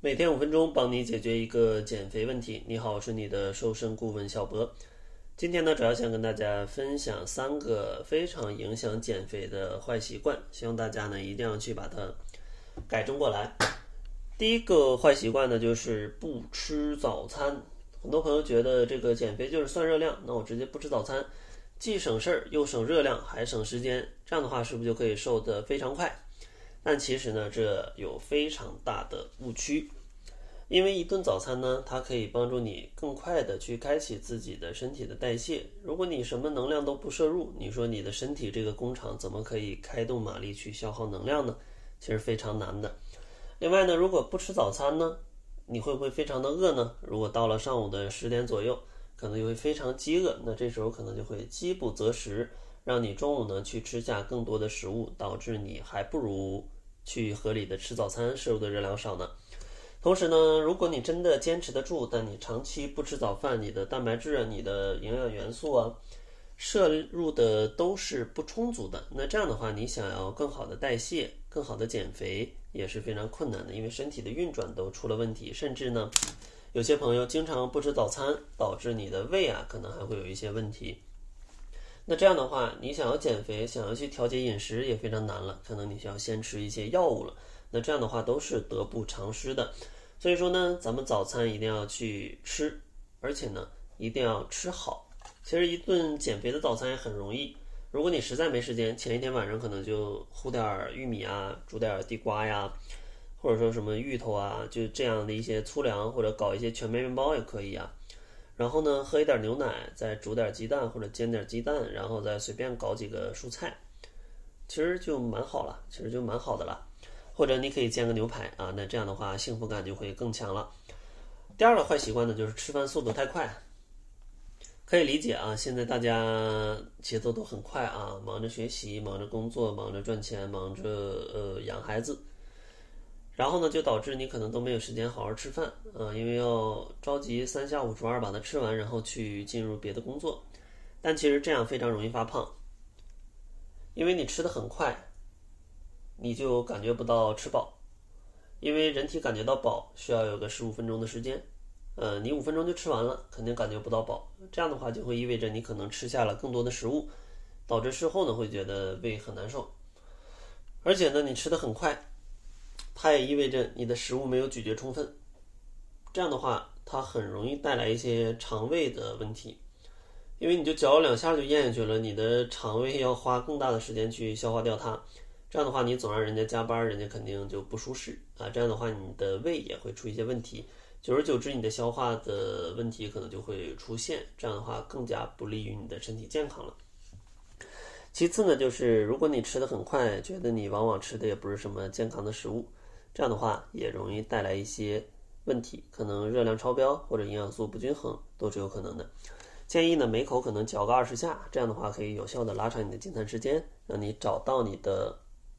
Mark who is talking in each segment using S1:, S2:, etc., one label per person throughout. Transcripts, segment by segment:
S1: 每天5分钟，帮你解决一个减肥问题。你好，我是你的瘦身顾问小博。今天呢，主要想跟大家分享3个非常影响减肥的坏习惯，希望大家呢一定要去把它改正过来。第一个坏习惯呢，就是不吃早餐。很多朋友觉得这个减肥就是算热量，那我直接不吃早餐，既省事儿又省热量还省时间，这样的话是不是就可以瘦得非常快？但其实呢，这有非常大的误区。因为一顿早餐呢，它可以帮助你更快的去开启自己的身体的代谢。如果你什么能量都不摄入，你说你的身体这个工厂怎么可以开动马力去消耗能量呢？其实非常难的。另外呢，如果不吃早餐呢，你会不会非常的饿呢？如果到了上午的10点左右，可能就会非常饥饿，那这时候可能就会饥不择食，让你中午呢去吃下更多的食物，导致你还不如去合理的吃早餐，摄入的热量少呢。同时呢，如果你真的坚持得住，但你长期不吃早饭，你的蛋白质啊、你的营养元素啊，摄入的都是不充足的，那这样的话，你想要更好的代谢、更好的减肥也是非常困难的，因为身体的运转都出了问题，甚至呢，有些朋友经常不吃早餐，导致你的胃啊可能还会有一些问题。那这样的话，你想要减肥，想要去调节饮食也非常难了，可能你需要先吃一些药物了。那这样的话都是得不偿失的。所以说呢，咱们早餐一定要去吃，而且呢，一定要吃好。其实一顿减肥的早餐也很容易，如果你实在没时间，前一天晚上可能就糊点玉米啊，煮点地瓜呀，或者说什么芋头啊，就这样的一些粗粮，或者搞一些全麦面包也可以啊。然后呢，喝一点牛奶，再煮点鸡蛋或者煎点鸡蛋，然后再随便搞几个蔬菜，其实就蛮好了，其实就蛮好的了。或者你可以煎个牛排啊，那这样的话幸福感就会更强了。第二个坏习惯呢，就是吃饭速度太快。可以理解啊，现在大家节奏都很快啊，忙着学习，忙着工作，忙着赚钱，忙着养孩子，然后呢，就导致你可能都没有时间好好吃饭啊，因为要着急3下5除2把它吃完，然后去进入别的工作。但其实这样非常容易发胖，因为你吃得很快，你就感觉不到吃饱，因为人体感觉到饱需要有个15分钟的时间，你5分钟就吃完了，肯定感觉不到饱。这样的话就会意味着你可能吃下了更多的食物，导致事后呢会觉得胃很难受。而且呢，你吃得很快，它也意味着你的食物没有咀嚼充分，这样的话它很容易带来一些肠胃的问题，因为你就嚼了2下就咽下去了，你的肠胃要花更大的时间去消化掉它。这样的话，你总让人家加班，人家肯定就不舒适啊。这样的话，你的胃也会出一些问题，久而久之，你的消化的问题可能就会出现。这样的话，更加不利于你的身体健康了。其次呢，就是如果你吃得很快，觉得你往往吃的也不是什么健康的食物，这样的话也容易带来一些问题，可能热量超标或者营养素不均衡都是有可能的。建议呢，每口可能嚼个20下，这样的话可以有效的拉长你的进餐时间，让你找到你的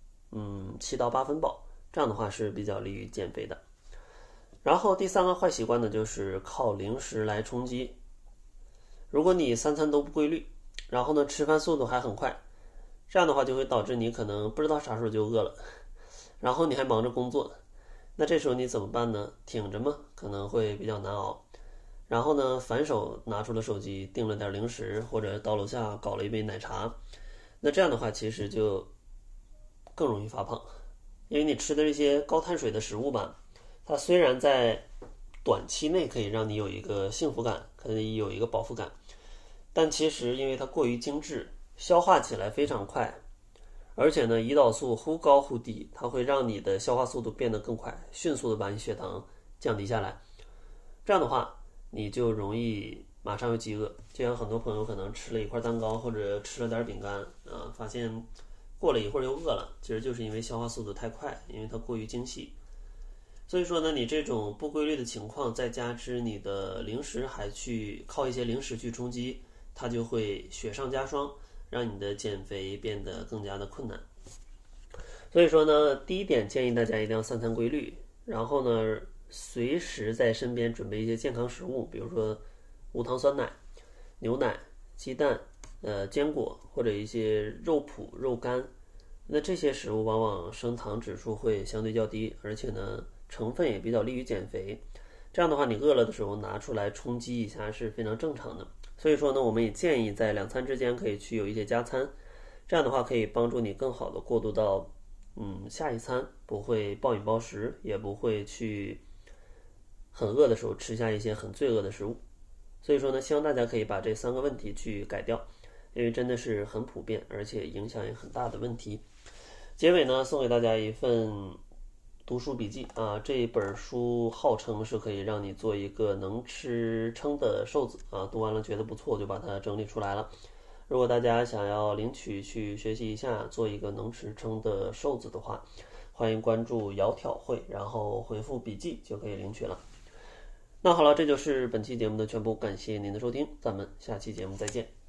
S1: 7到8分饱，这样的话是比较利于减肥的。然后第3个坏习惯呢，就是靠零食来充饥。如果你3餐都不规律，然后呢吃饭速度还很快，这样的话就会导致你可能不知道啥时候就饿了，然后你还忙着工作，那这时候你怎么办呢？挺着吗？可能会比较难熬。然后呢，反手拿出了手机，订了点零食，或者到楼下搞了一杯奶茶，那这样的话其实就更容易发胖。因为你吃的这些高碳水的食物吧，它虽然在短期内可以让你有一个幸福感，可以有一个饱腹感，但其实因为它过于精致，消化起来非常快，而且呢，胰岛素忽高忽低，它会让你的消化速度变得更快，迅速的把你血糖降低下来。这样的话，你就容易马上又饥饿。就像很多朋友可能吃了一块蛋糕或者吃了点饼干发现过了一会儿又饿了，其实就是因为消化速度太快，因为它过于精细。所以说呢，你这种不规律的情况，再加之你的零食还去靠一些零食去充饥，它就会雪上加霜，让你的减肥变得更加的困难。所以说呢，第一点建议大家一定要3餐规律，然后呢，随时在身边准备一些健康食物，比如说无糖酸奶、牛奶、鸡蛋、坚果或者一些肉脯、肉干。那这些食物往往升糖指数会相对较低，而且呢， 成分也比较利于减肥。这样的话，你饿了的时候拿出来充饥一下是非常正常的。所以说呢，我们也建议在2餐之间可以去有一些加餐，这样的话可以帮助你更好的过渡到下一餐，不会暴饮暴食，也不会去很饿的时候吃下一些很罪恶的食物。所以说呢，希望大家可以把这3个问题去改掉，因为真的是很普遍，而且影响也很大的问题。结尾呢，送给大家一份读书笔记啊，这一本书号称是可以让你做一个能吃撑的瘦子啊，读完了觉得不错，就把它整理出来了。如果大家想要领取去学习一下做一个能吃撑的瘦子的话，欢迎关注窈窕会，然后回复笔记就可以领取了。那好了，这就是本期节目的全部，感谢您的收听，咱们下期节目再见。